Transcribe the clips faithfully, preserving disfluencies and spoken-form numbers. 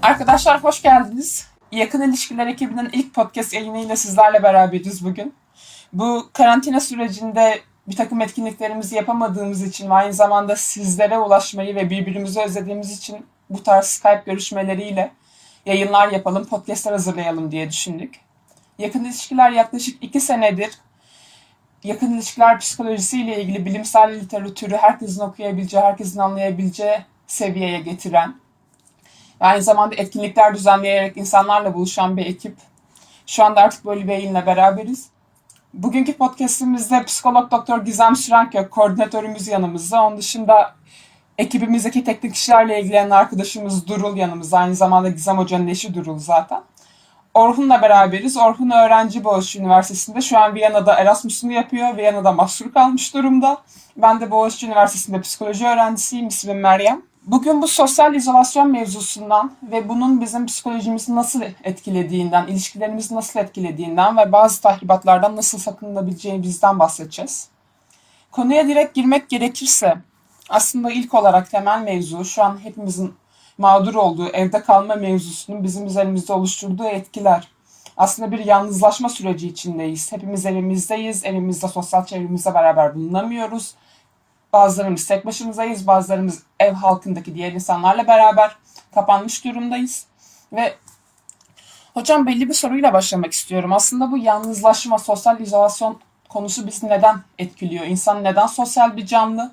Arkadaşlar hoş geldiniz. Yakın İlişkiler ekibinin ilk podcast yayınıyla sizlerle beraberiz bugün. Bu karantina sürecinde bir takım etkinliklerimizi yapamadığımız için ve aynı zamanda sizlere ulaşmayı ve birbirimizi özlediğimiz için bu tarz Skype görüşmeleriyle yayınlar yapalım, podcastlar hazırlayalım diye düşündük. Yakın İlişkiler yaklaşık iki senedir yakın ilişkiler psikolojisiyle ilgili bilimsel literatürü herkesin okuyabileceği, herkesin anlayabileceği seviyeye getiren, aynı zamanda etkinlikler düzenleyerek insanlarla buluşan bir ekip. Şu anda artık böyle bir yayınla beraberiz. Bugünkü podcastimizde psikolog doktor Gizem Sürenkök, koordinatörümüz yanımızda. Onun dışında ekibimizdeki teknik işlerle ilgilenen arkadaşımız Durul yanımızda. Aynı zamanda Gizem Hoca'nın eşi Durul zaten. Orhun'la beraberiz. Orhun öğrenci Boğaziçi Üniversitesi'nde. Şu an Viyana'da Erasmus'unu yapıyor. Viyana'da mahsur kalmış durumda. Ben de Boğaziçi Üniversitesi'nde psikoloji öğrencisiyim. İsmim Meryem. Bugün bu sosyal izolasyon mevzusundan ve bunun bizim psikolojimizi nasıl etkilediğinden, ilişkilerimizi nasıl etkilediğinden ve bazı tahribatlardan nasıl sakınılabileceğimizden bahsedeceğiz. Konuya direkt girmek gerekirse, aslında ilk olarak temel mevzu şu an hepimizin mağdur olduğu evde kalma mevzusunun bizim üzerimizde oluşturduğu etkiler. Aslında bir yalnızlaşma süreci içindeyiz. Hepimiz evimizdeyiz, evimizde sosyal çevremizle beraber bulunamıyoruz. Bazılarımız tek başımızdayız, bazılarımız ev halkındaki diğer insanlarla beraber kapanmış durumdayız. Ve hocam belli bir soruyla başlamak istiyorum. Aslında bu yalnızlaşma, sosyal izolasyon konusu bizi neden etkiliyor? İnsan neden sosyal bir canlı?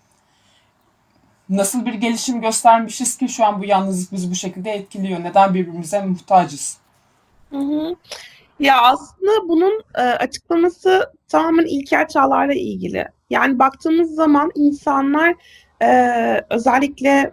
Nasıl bir gelişim göstermişiz ki şu an bu yalnızlık bizi bu şekilde etkiliyor? Neden birbirimize muhtacız? Hı hı. Ya aslında bunun e, açıklaması tamamen ilkel çağlarla ilgili. Yani baktığımız zaman insanlar e, özellikle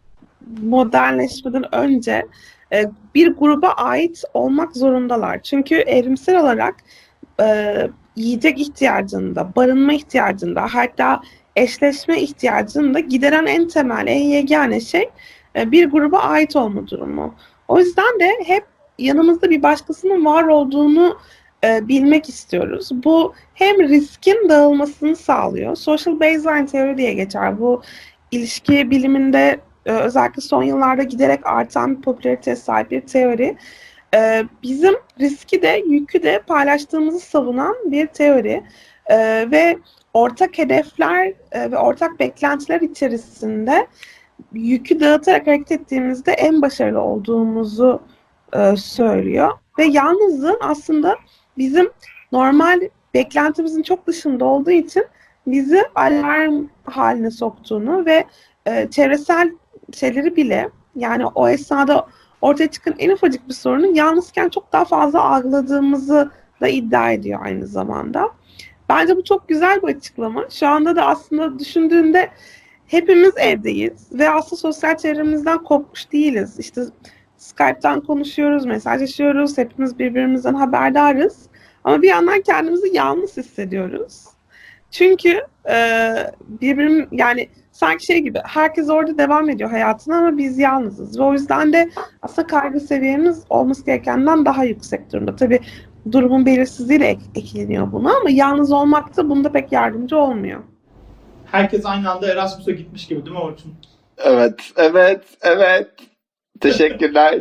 modernleşmeden önce e, bir gruba ait olmak zorundalar. Çünkü evrimsel olarak e, yiyecek ihtiyacında, barınma ihtiyacında, hatta eşleşme ihtiyacında gideren en temel, en yegane şey e, bir gruba ait olma durumu. O yüzden de hep yanımızda bir başkasının var olduğunu e, bilmek istiyoruz. Bu hem riskin dağılmasını sağlıyor. Social baseline teori diye geçer. Bu ilişki biliminde e, özellikle son yıllarda giderek artan bir popülariteye sahip bir teori. E, bizim riski de yükü de paylaştığımızı savunan bir teori. E, ve ortak hedefler e, ve ortak beklentiler içerisinde yükü dağıtarak hareket ettiğimizde en başarılı olduğumuzu e, söylüyor. Ve yalnızlığın aslında bizim normal beklentimizin çok dışında olduğu için bizi alarm haline soktuğunu ve e, çevresel şeyleri bile, yani o esnada ortaya çıkan en ufacık bir sorunu yalnızken çok daha fazla algıladığımızı da iddia ediyor aynı zamanda. Bence bu çok güzel bir açıklama. Şu anda da aslında düşündüğünde hepimiz evdeyiz ve aslında sosyal çevremizden kopmuş değiliz. İşte Skype'tan konuşuyoruz, mesajlaşıyoruz, hepimiz birbirimizden haberdarız. Ama bir yandan kendimizi yalnız hissediyoruz. Çünkü e, birbirim yani sanki şey gibi herkes orada devam ediyor hayatına ama biz yalnızız. Ve o yüzden de aslında kaygı seviyemiz olması gerekenden daha yüksek durumda. Tabii durumun belirsizliğiyle ek- ekleniyor buna ama yalnız olmak da bunda pek yardımcı olmuyor. Herkes aynı anda Erasmus'a gitmiş gibi değil mi Orçun? Evet, evet, evet. Teşekkürler.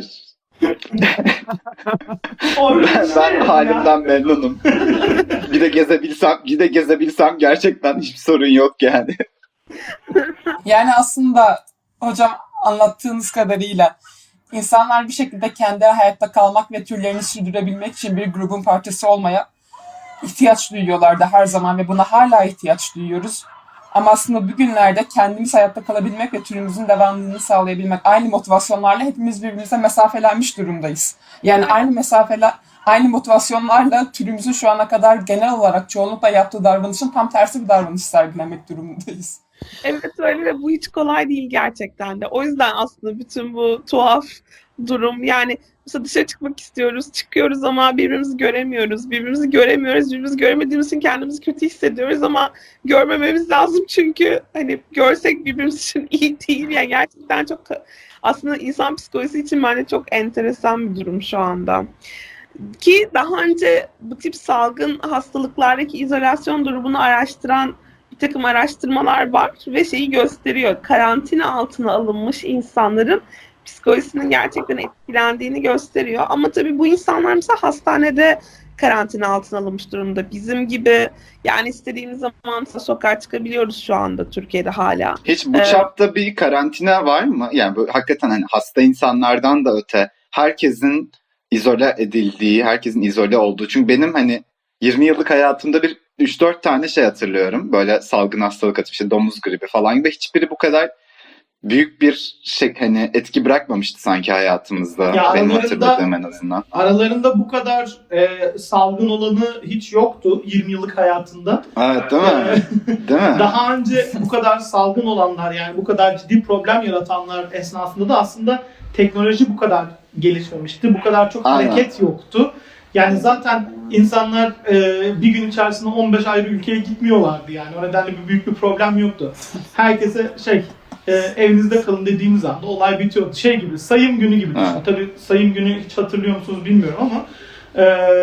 ben, ben halimden memnunum. Bir de gezebilsem, bir de gezebilsem gerçekten hiçbir sorun yok yani. Yani aslında hocam anlattığınız kadarıyla insanlar bir şekilde kendi hayatta kalmak ve türlerini sürdürebilmek için bir grubun parçası olmaya ihtiyaç duyuyorlardı her zaman ve buna hala ihtiyaç duyuyoruz. Ama aslında bugünlerde kendimiz hayatta kalabilmek ve türümüzün devamlılığını sağlayabilmek aynı motivasyonlarla hepimiz birbirimize mesafelenmiş durumdayız. Yani aynı mesafeler, aynı motivasyonlarla türümüzün şu ana kadar genel olarak çoğunlukla yaptığı davranışın tam tersi bir davranış sergilemek durumundayız. Evet öyle ve bu hiç kolay değil gerçekten de. O yüzden aslında bütün bu tuhaf durum, yani mesela dışarı çıkmak istiyoruz, çıkıyoruz ama birbirimizi göremiyoruz. Birbirimizi göremiyoruz, birbirimizi göremediğimiz için kendimizi kötü hissediyoruz ama görmememiz lazım çünkü hani görsek birbirimiz için iyi değil. Yani gerçekten çok aslında insan psikolojisi için bence çok enteresan bir durum şu anda. Ki daha önce bu tip salgın hastalıklardaki izolasyon durumunu araştıran bir takım araştırmalar var ve şeyi gösteriyor. Karantina altına alınmış insanların psikolojisinin gerçekten etkilendiğini gösteriyor. Ama tabii bu insanlar mesela hastanede karantina altına alınmış durumda. Bizim gibi yani istediğimiz zaman sokağa çıkabiliyoruz şu anda Türkiye'de hala. Hiç bu Ee, çapta bir karantina var mı? Yani böyle hakikaten hani hasta insanlardan da öte herkesin izole edildiği, herkesin izole olduğu. Çünkü benim hani yirmi yıllık hayatımda bir üç dört tane şey hatırlıyorum. Böyle salgın hastalık atıp işte domuz gribi falan gibi. Hiçbiri bu kadar büyük bir şey hani etki bırakmamıştı sanki hayatımızda. Ya Benim aralarında- hatırladığım en azından. Aralarında bu kadar e, salgın olanı hiç yoktu yirmi yıllık hayatında. Evet değil mi? Değil mi? Daha önce bu kadar salgın olanlar, yani bu kadar ciddi problem yaratanlar esnasında da aslında teknoloji bu kadar gelişmemişti. Bu kadar çok Aynen. hareket yoktu. Yani zaten insanlar e, bir gün içerisinde on beş ayrı ülkeye gitmiyorlardı yani. O nedenle bir büyük bir problem yoktu. Herkese şey e, evinizde kalın dediğimiz anda olay bitiyordu. Şey gibi, sayım günü gibi düşün. Evet. Tabii sayım günü hiç hatırlıyor musunuz bilmiyorum ama e,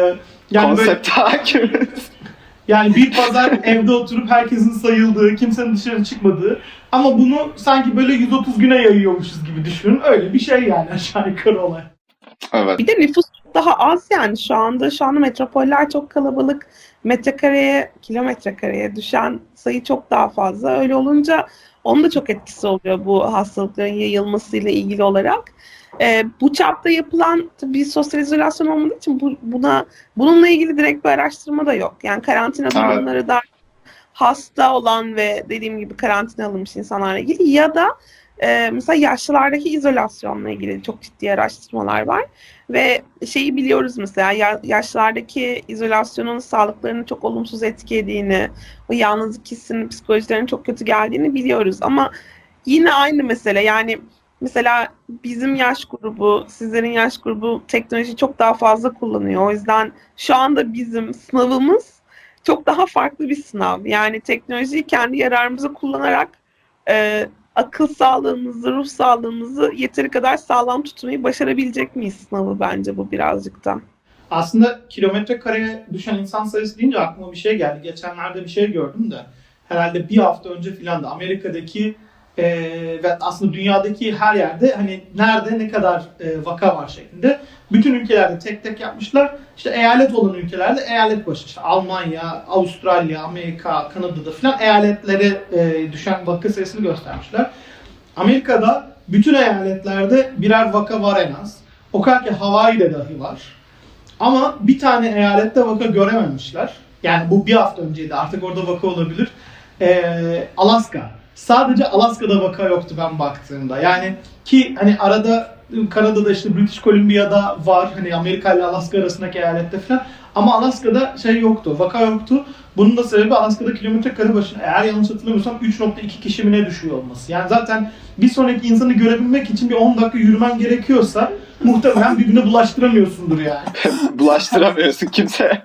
yani böyle Konsept hakim. yani bir pazar evde oturup herkesin sayıldığı, kimsenin dışarı çıkmadığı ama bunu sanki böyle yüz otuz güne yayıyormuşuz gibi düşünün. Öyle bir şey yani aşağı yukarı olay. Evet. Bir de nüfus daha az yani şu anda şu anda metropoller çok kalabalık, metrekareye, kilometrekareye düşen sayı çok daha fazla. Öyle olunca onun da çok etkisi oluyor bu hastalıkların yayılmasıyla ilgili olarak. Ee, bu çapta yapılan bir sosyal izolasyon olmadığı için bu, buna bununla ilgili direkt bir araştırma da yok. Yani karantina Evet. durumları da hasta olan ve dediğim gibi karantina alınmış insanlarla ilgili ya da e, mesela yaşlılardaki izolasyonla ilgili çok ciddi araştırmalar var. Ve şeyi biliyoruz mesela ya, yaşlılardaki izolasyonun sağlıklarını çok olumsuz etkilediğini, o yalnızlık hissinin psikolojilerinin çok kötü geldiğini biliyoruz. Ama yine aynı mesele yani mesela bizim yaş grubu, sizlerin yaş grubu teknolojiyi çok daha fazla kullanıyor. O yüzden şu anda bizim sınavımız çok daha farklı bir sınav. Yani teknolojiyi kendi yararımıza kullanarak e, akıl sağlığımızı, ruh sağlığımızı yeteri kadar sağlam tutmayı başarabilecek miyiz sınavı bence bu birazcık da. Aslında kilometre kareye düşen insan sayısı deyince aklıma bir şey geldi. Geçenlerde bir şey gördüm de herhalde bir hafta önce filan da Amerika'daki e, ve aslında dünyadaki her yerde hani nerede ne kadar e, vaka var şeklinde bütün ülkelerde tek tek yapmışlar. İşte eyalet olan ülkelerde eyalet başı işte Almanya, Avustralya, Amerika, Kanada'da filan eyaletlere e, düşen vaka sayısını göstermişler. Amerika'da bütün eyaletlerde birer vaka var en az. O kadar ki Hawaii'de dahi var. Ama bir tane eyalette vaka görememişler. Yani bu bir hafta önceydi. Artık orada vaka olabilir. Ee, Alaska. Sadece Alaska'da vaka yoktu ben baktığımda. Yani ki hani arada Kanada'da işte British Columbia'da var. Hani Amerika ile Alaska arasındaki eyalette falan. Ama Alaska'da şey yoktu. Vaka yoktu. Bunun da sebebi Alaska'da kilometre kare başına eğer yanlış hatırlamıyorsam üç nokta iki kişi mi ne düşüyor olması. Yani zaten bir sonraki insanı görebilmek için bir on dakika yürümen gerekiyorsa muhtemelen birbirine bulaştıramıyorsundur yani. Bulaştıramıyorsun kimseye.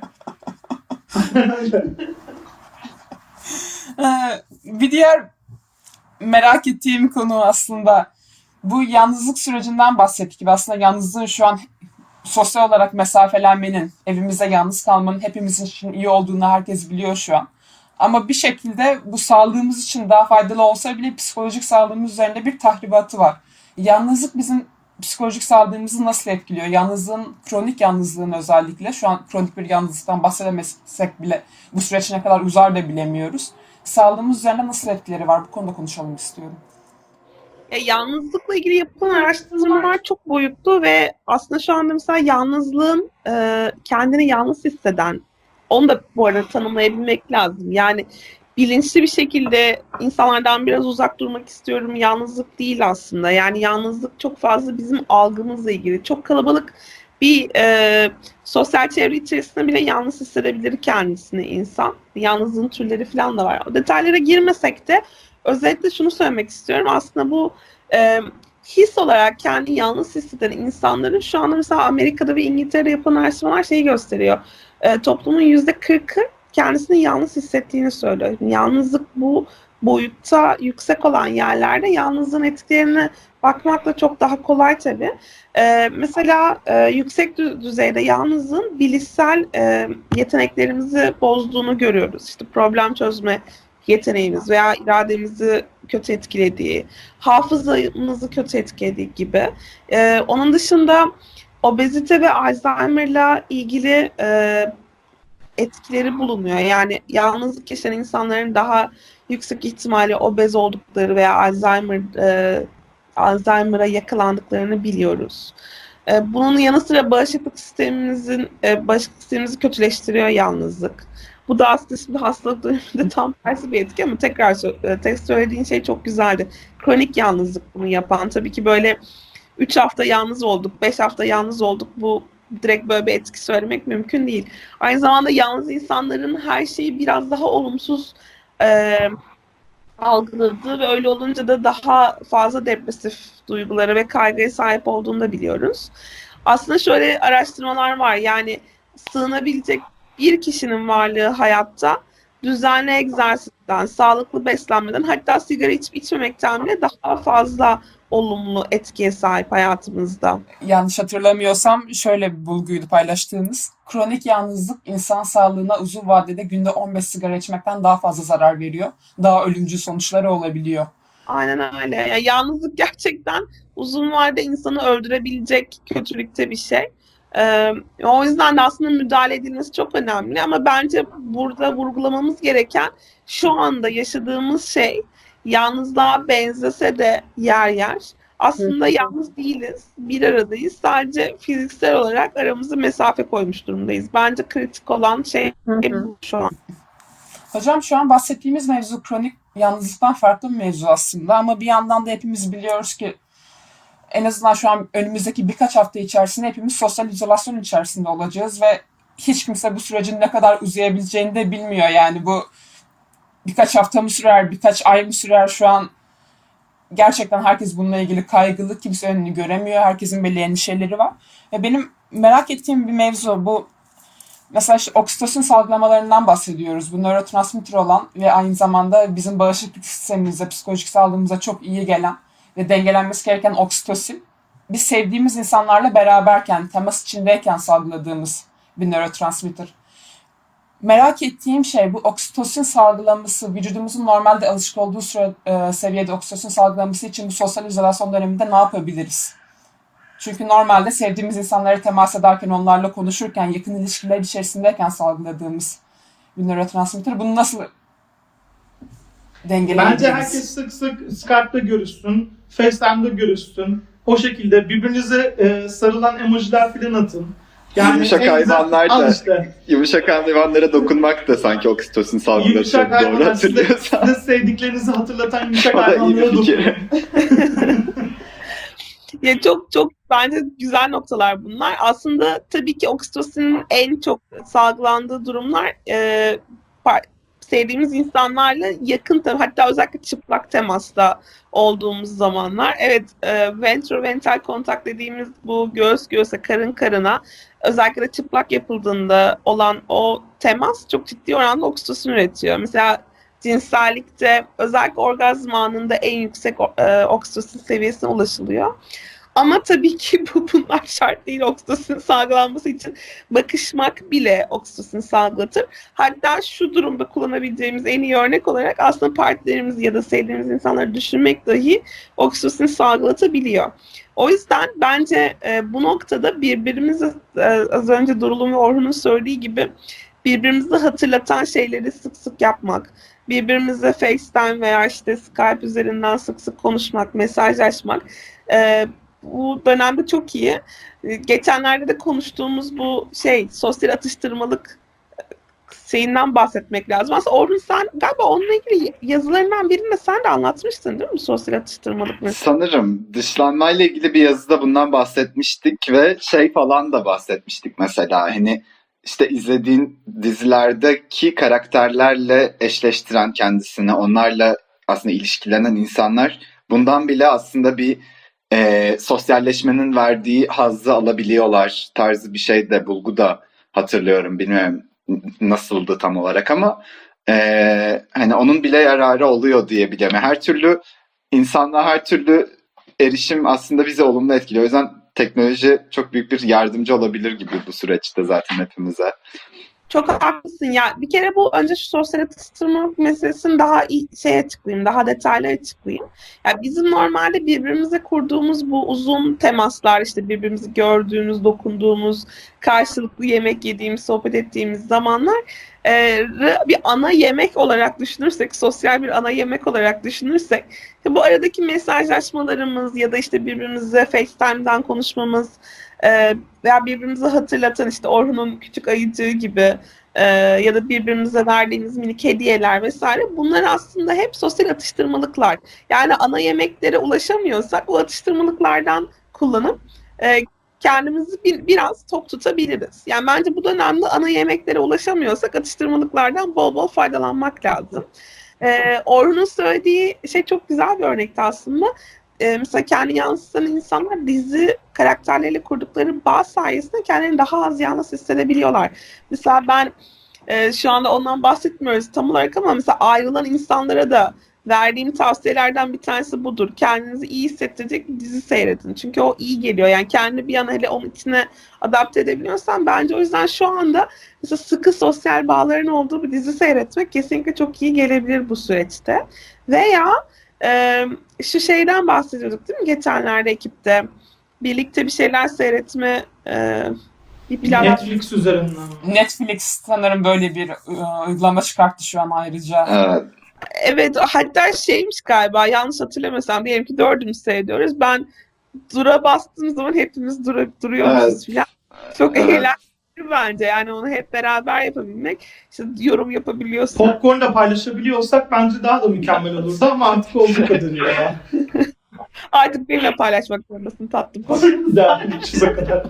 Ee, bir diğer merak ettiğim konu aslında bu yalnızlık sürecinden bahsettik gibi. Aslında yalnızlığın şu an sosyal olarak mesafelenmenin, evimizde yalnız kalmanın hepimizin için iyi olduğunu herkes biliyor şu an. Ama bir şekilde bu sağlığımız için daha faydalı olsa bile psikolojik sağlığımız üzerinde bir tahribatı var. Yalnızlık bizim psikolojik sağlığımızı nasıl etkiliyor? Yalnızlığın, kronik yalnızlığın özellikle, şu an kronik bir yalnızlıktan bahsedemezsek bile bu süreç ne kadar uzar da bilemiyoruz. Sağlığımız üzerinde nasıl etkileri var? Bu konuda konuşalım istiyorum. Ya, yalnızlıkla ilgili yapılan araştırmalar çok boyutlu ve aslında şu anda mesela yalnızlığın e, kendini yalnız hisseden, onu da bu arada tanımlayabilmek lazım. Yani bilinçli bir şekilde insanlardan biraz uzak durmak istiyorum. Yalnızlık değil aslında. Yani yalnızlık çok fazla bizim algımızla ilgili. Çok kalabalık bir e, sosyal çevre içerisinde bile yalnız hissedebilir kendisini insan. Yalnızlığın türleri falan da var. O detaylara girmesek de özellikle şunu söylemek istiyorum. Aslında bu e, his olarak kendini yalnız hisseden insanların şu anda mesela Amerika'da ve İngiltere'de yapılan araştırmalar şeyi gösteriyor. E, toplumun yüzde kırkı kendisini yalnız hissettiğini söylüyor. Yalnızlık bu boyutta yüksek olan yerlerde yalnızlığın etkilerine bakmakla çok daha kolay tabii. Ee, mesela e, yüksek düzeyde yalnızlığın bilişsel e, yeteneklerimizi bozduğunu görüyoruz. İşte problem çözme yeteneğimiz veya irademizi kötü etkilediği, hafızamızı kötü etkilediği gibi. Ee, onun dışında obezite ve Alzheimer'la ilgili e, etkileri bulunuyor. Yani yalnızlık yaşayan insanların daha yüksek ihtimalle obez oldukları veya Alzheimer e, Alzheimer'a yakalandıklarını biliyoruz. E, bunun yanı sıra bağışıklık sistemimizin e, bağışıklık sistemimizi kötüleştiriyor yalnızlık. Bu da aslında şimdi hastalık döneminde tam tersi bir etki ama tekrar sö- e, tek söylediğin şey çok güzeldi. Kronik yalnızlık bunu yapan. Tabii ki böyle üç hafta yalnız olduk, beş hafta yalnız olduk. Bu direkt böyle bir etki söylemek mümkün değil. Aynı zamanda yalnız insanların her şeyi biraz daha olumsuz e, algıladığı ve öyle olunca da daha fazla depresif duygulara ve kaygıya sahip olduğunu da biliyoruz. Aslında şöyle araştırmalar var. Yani sığınabilecek bir kişinin varlığı hayatta düzenli egzersizden, sağlıklı beslenmeden, hatta sigara içip içmemekten bile daha fazla olumlu etkiye sahip hayatımızda. Yanlış hatırlamıyorsam şöyle bir bulguydu paylaştığımız. Kronik yalnızlık insan sağlığına uzun vadede günde on beş sigara içmekten daha fazla zarar veriyor. Daha ölümcül sonuçları olabiliyor. Aynen öyle. Yani yalnızlık gerçekten uzun vadede insanı öldürebilecek kötülükte bir şey. Ee, o yüzden de aslında müdahale edilmesi çok önemli ama bence burada vurgulamamız gereken şu anda yaşadığımız şey yalnızlığa benzese de yer yer aslında yalnız değiliz, bir aradayız. Sadece fiziksel olarak aramıza mesafe koymuş durumdayız. Bence kritik olan şey bu şu an. Hocam şu an bahsettiğimiz mevzu kronik yalnızlıktan farklı bir mevzu aslında ama bir yandan da hepimiz biliyoruz ki en azından şu an önümüzdeki birkaç hafta içerisinde hepimiz sosyal izolasyon içerisinde olacağız ve hiç kimse bu sürecin ne kadar uzayabileceğini de bilmiyor. Yani bu birkaç hafta mı sürer, birkaç ay mı sürer şu an gerçekten herkes bununla ilgili kaygılı, kimse önünü göremiyor, herkesin belli endişeleri var. Ve benim merak ettiğim bir mevzu bu. Mesela işte oksitosin salgılamalarından bahsediyoruz. Bu nörotransmitter olan ve aynı zamanda bizim bağışıklık sistemimize, psikolojik sağlığımıza çok iyi gelen ve dengelenmesi gereken oksitosin. Biz sevdiğimiz insanlarla beraberken, temas içindeyken salgıladığımız bir nörotransmitter. Merak ettiğim şey bu oksitosin salgılaması, vücudumuzun normalde alışık olduğu süre, e, seviyede oksitosin salgılaması için bu sosyal izolasyon döneminde ne yapabiliriz? Çünkü normalde sevdiğimiz insanlara temas ederken, onlarla konuşurken, yakın ilişkiler içerisindeyken salgıladığımız bir nörotransmitter. Bunu nasıl dengeleyebiliriz? Bence herkes sık sık Skype'da görüşsün, FaceTime'da görüşsün. O şekilde birbirinize e, sarılan emojiler falan atın. Yani yumuşak hayvanlar da, işte. yumuşak hayvanlara dokunmak da sanki oksitosin salgılatıyor. Doğru hatırlıyorsan. Size sevdiklerinizi hatırlatan yumuşak hayvanlara dokunun. Ya çok çok bence güzel noktalar bunlar. Aslında tabii ki oksitosinin en çok salgılandığı durumlar e, sevdiğimiz insanlarla yakın, hatta özellikle çıplak temasta olduğumuz zamanlar. Evet, e, ventrovental kontak dediğimiz bu göğüs göğüse, karın karına, özellikle de çıplak yapıldığında olan o temas çok ciddi oranda oksitosin üretiyor. Mesela cinsellikte özellikle orgazm anında en yüksek e, oksitosin seviyesine ulaşılıyor. Ama tabii ki bu bunlar şart değil. Oksitosin salgılanması için bakışmak bile oksitosin salgılatır. Hatta şu durumda kullanabileceğimiz en iyi örnek olarak aslında partnerimizi ya da sevdiğimiz insanları düşünmek dahi oksitosin salgılatabiliyor. O yüzden bence e, bu noktada birbirimizi e, az önce Durul'un ve Orhun'un söylediği gibi birbirimizi hatırlatan şeyleri sık sık yapmak, birbirimizle FaceTime veya işte Skype üzerinden sık sık konuşmak, mesajlaşmak e, bu dönemde çok iyi. Geçenlerde de konuştuğumuz bu şey sosyal atıştırmalık şeyinden bahsetmek lazım. Aslında Orhun sen galiba onunla ilgili yazılarından birinde sen de anlatmıştın değil mi sosyal atıştırmalık mesela? Sanırım dışlanmayla ilgili bir yazıda bundan bahsetmiştik ve şey falan da bahsetmiştik mesela hani işte izlediğin dizilerdeki karakterlerle eşleştiren kendisini, onlarla aslında ilişkilenen insanlar bundan bile aslında bir e, sosyalleşmenin verdiği hazzı alabiliyorlar tarzı bir şey de bulgu da hatırlıyorum. Bilmiyorum nasıldı tam olarak ama e, hani onun bile yararı oluyor diye biliyorum. Her türlü insanla her türlü erişim aslında bizi olumlu etkiliyor. O yüzden teknoloji çok büyük bir yardımcı olabilir gibi bu süreçte zaten hepimize. Çok haklısın ya. Bir kere bu önce şu sosyal atıştırmalık meselesini daha iyi şey açıklayayım, daha detaylı açıklayayım. Ya bizim normalde birbirimize kurduğumuz bu uzun temaslar, işte birbirimizi gördüğümüz, dokunduğumuz, karşılıklı yemek yediğimiz, sohbet ettiğimiz zamanlar e, bir ana yemek olarak düşünürsek, sosyal bir ana yemek olarak düşünürsek, bu aradaki mesajlaşmalarımız ya da işte birbirimize FaceTime'dan konuşmamız e, veya birbirimize hatırlatan işte Orhun'un küçük ayıcığı gibi e, ya da birbirimize verdiğimiz minik hediyeler vesaire, bunlar aslında hep sosyal atıştırmalıklar. Yani ana yemeklere ulaşamıyorsak o atıştırmalıklardan kullanıp e, kendimizi bir, biraz tok tutabiliriz. Yani bence bu dönemde ana yemeklere ulaşamıyorsak atıştırmalıklardan bol bol faydalanmak lazım. Ee, Orhun'un söylediği şey çok güzel bir örnekti aslında. Ee, mesela kendi yansıtan insanlar dizi karakterleriyle kurdukları bağ sayesinde kendilerini daha az yalnız hissedebiliyorlar. Mesela ben e, şu anda ondan bahsetmiyoruz tam olarak ama mesela ayrılan insanlara da verdiğim tavsiyelerden bir tanesi budur. Kendinizi iyi hissettirecek bir dizi seyredin. Çünkü o iyi geliyor. Yani kendini bir an hele onun içine adapte edebiliyorsan bence o yüzden şu anda mesela sıkı sosyal bağların olduğu bir dizi seyretmek kesinlikle çok iyi gelebilir bu süreçte. Veya e, şu şeyden bahsediyorduk değil mi geçenlerde ekipte? Birlikte bir şeyler seyretme e, bir plan. Netflix üzerinden. Netflix sanırım böyle bir e, uygulama çıkarttı şu an ayrıca. Evet. Evet, hatta şeymiş galiba, yanlış hatırlamıyorsam diyelim ki dördümüz seyrediyoruz. Ben dura bastığım zaman hepimiz dura, duruyormuşuz Evet. falan. Çok Evet. eğlenceli bence. Yani onu hep beraber yapabilmek. İşte yorum yapabiliyorsun. Popcorn da paylaşabiliyorsak bence daha da mükemmel olurdu ama artık olduğu kadarıyla ya. Artık benimle paylaşmak zorundasın tatlım. Derdim içime kadar.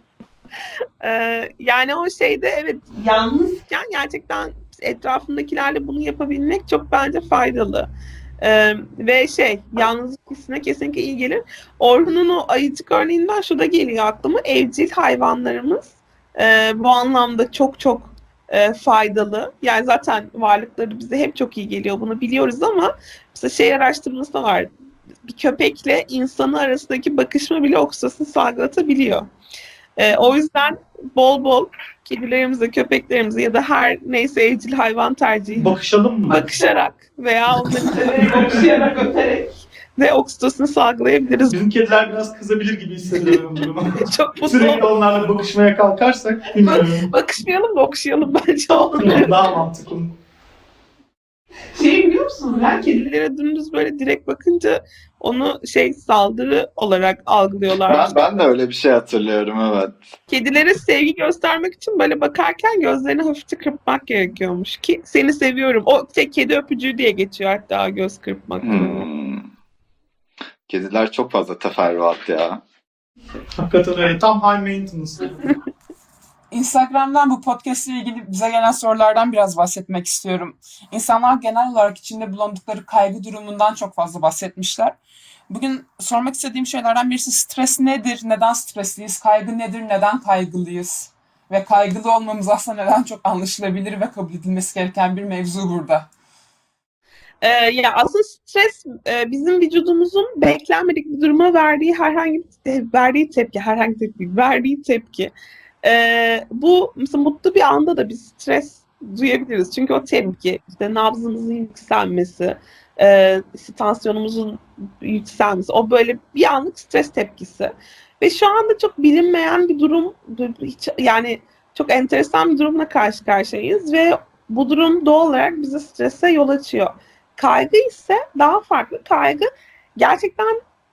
Ee, yani o şeyde evet, yalnızken gerçekten etrafındakilerle bunu yapabilmek çok bence faydalı. Ee, ve şey, yalnızlık hissine kesinlikle iyi gelir. Orhun'un o ayıcık örneğinden şu da geliyor aklıma. Evcil hayvanlarımız e, bu anlamda çok çok e, faydalı. Yani zaten varlıkları bize hep çok iyi geliyor. Bunu biliyoruz ama mesela şey araştırması da var. Bir köpekle insanı arasındaki bakışma bile oksitosin salgılatabiliyor. Ee, o yüzden bol bol kedilerimize, köpeklerimize ya da her neyse evcil hayvan tercihi Bakışalım mı? bakışarak veya onları severek, okşayarak, öperek ve oksitosunu salgılayabiliriz. Bizim kediler biraz kızabilir gibi hissediyorum duruma. Çok mutlu Sürekli oldum. onlarla bakışmaya kalkarsak bilmiyorum. Bakışmayalım da okşayalım bence onları. Daha mantıklı. Şey biliyor musun? Ben kedilere dümdüz böyle direkt bakınca onu şey saldırı olarak algılıyorlar. Ben, ben de öyle bir şey hatırlıyorum, evet. Kedilere sevgi göstermek için böyle bakarken gözlerini hafifçe kırpmak gerekiyormuş ki seni seviyorum. O tek kedi öpücüğü diye geçiyor hatta göz kırpmak. Hmm. Kediler çok fazla teferruat ya. Hakikaten öyle. Tam high maintenance. Instagram'dan bu podcast ile ilgili bize gelen sorulardan biraz bahsetmek istiyorum. İnsanlar genel olarak içinde bulundukları kaygı durumundan çok fazla bahsetmişler. Bugün sormak istediğim şeylerden birisi stres nedir? Neden stresliyiz? Kaygı nedir? Neden kaygılıyız? Ve kaygılı olmamız aslında neden çok anlaşılabilir ve kabul edilmesi gereken bir mevzu burada. Ee, ya aslında stres e, bizim vücudumuzun beklenmedik bir duruma verdiği herhangi bir e, verdiği tepki, herhangi bir tepki, verdiği tepki. Ee, bu mesela mutlu bir anda da biz stres duyabiliriz. Çünkü o tepki, işte nabzımızın yükselmesi, e, işte tansiyonumuzun yükselmesi, o böyle bir anlık stres tepkisi. Ve şu anda çok bilinmeyen bir durum, hiç, yani çok enteresan bir durumla karşı karşıyayız ve bu durum doğal olarak bize strese yol açıyor. Kaygı ise daha farklı. Kaygı gerçekten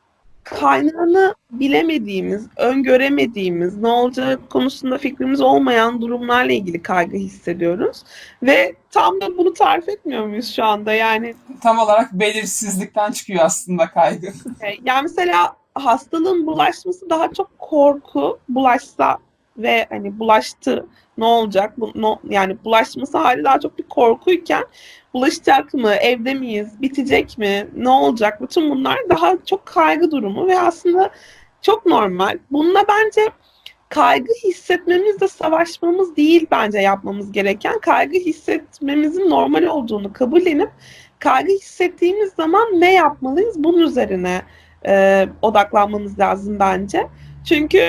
kaynağını bilemediğimiz, öngöremediğimiz, ne olacağı konusunda fikrimiz olmayan durumlarla ilgili kaygı hissediyoruz. Ve tam da bunu tarif etmiyor muyuz şu anda? Yani Tam olarak belirsizlikten çıkıyor aslında kaygı. yani mesela hastalığın bulaşması daha çok korku, bulaşsa ve hani bulaştı ne olacak? Bu, no, yani bulaşması hali daha çok bir korkuyken bulaşacak mı, evde miyiz, bitecek mi, ne olacak? Bütün bunlar daha çok kaygı durumu ve aslında çok normal. Bununla bence kaygı hissetmemizle savaşmamız değil bence yapmamız gereken. Kaygı hissetmemizin normal olduğunu kabullenip kaygı hissettiğimiz zaman ne yapmalıyız? Bunun üzerine e, odaklanmamız lazım bence. Çünkü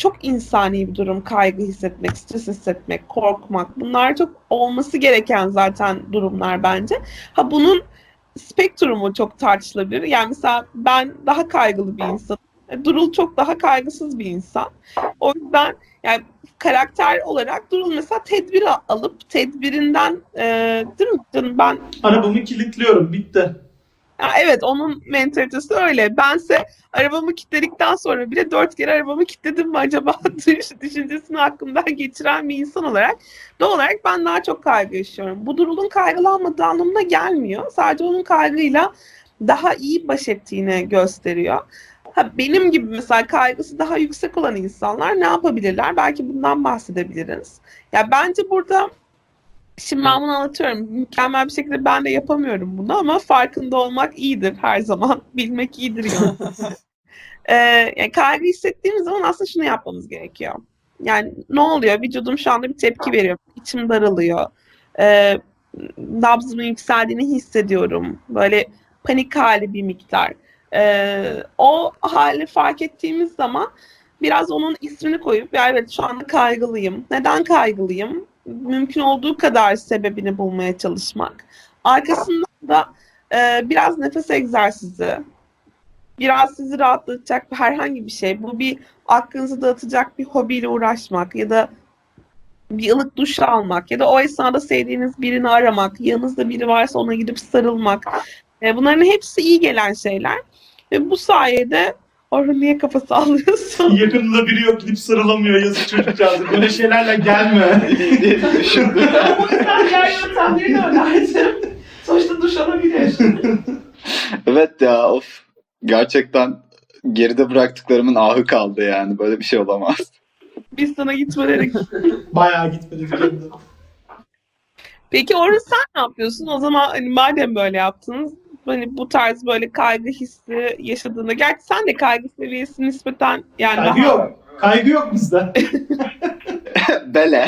çok insani bir durum. Kaygı hissetmek, stres hissetmek, korkmak. Bunlar çok olması gereken zaten durumlar bence. Ha bunun spektrumu çok tartışılabilir. Yani mesela ben daha kaygılı bir insanım. Durul çok daha kaygısız bir insan. O yüzden yani karakter olarak Durul mesela tedbir alıp tedbirinden e, değil mi canım ben Arabamı kilitliyorum. Bitti. ya evet onun mentalitesi öyle. Bense arabamı kilitledikten sonra bile dört kere arabamı kilitledim mi acaba düşüncesini aklımdan geçiren bir insan olarak doğal olarak ben daha çok kaygı yaşıyorum. Bu Durul'un kaygılanmadığı anlamına gelmiyor. Sadece onun kaygıyla daha iyi baş ettiğini gösteriyor. Ha, benim gibi mesela kaygısı daha yüksek olan insanlar ne yapabilirler? Belki bundan bahsedebiliriz. Ya bence burada şimdi ben bunu anlatıyorum. Mükemmel bir şekilde ben de yapamıyorum bunu ama farkında olmak iyidir her zaman. Bilmek iyidir yani. ee, yani kaygı hissettiğimiz zaman aslında şunu yapmamız gerekiyor. Yani ne oluyor? Vücudum şu anda bir tepki veriyor. İçim daralıyor. Ee, nabzımın yükseldiğini hissediyorum. Böyle panik hali bir miktar. Ee, o hali fark ettiğimiz zaman biraz onun ismini koyup ya evet şu anda kaygılıyım. Neden kaygılıyım? Mümkün olduğu kadar sebebini bulmaya çalışmak. Arkasından da e, biraz nefes egzersizi, biraz sizi rahatlatacak herhangi bir şey. Bu bir aklınızı dağıtacak bir hobiyle uğraşmak ya da bir ılık duş almak ya da o esnada sevdiğiniz birini aramak, yanınızda biri varsa ona gidip sarılmak. E, bunların hepsi iyi gelen şeyler. Ve bu sayede Orhun niye kafa sallıyorsun? Yakınında biri yok, gidip sarılamıyor, yazık çocukcağız. Böyle şeylerle gelme. diye düşündüm. O yüzden diğer yöntemlerini önerdim. Sonuçta duş alabilir. Evet ya, of. Gerçekten geride bıraktıklarımın ahı kaldı yani. Böyle bir şey olamaz. Biz sana gitmeleri. Bayağı gitmedi fikrimde. Peki Orhun sen ne yapıyorsun? O zaman hani madem böyle yaptınız, hani bu tarz böyle kaygı hissi yaşadığında, gerçi sen de kaygı seviyesi nispeten yani Kaygı daha... yok. Kaygı yok bizde. Bele.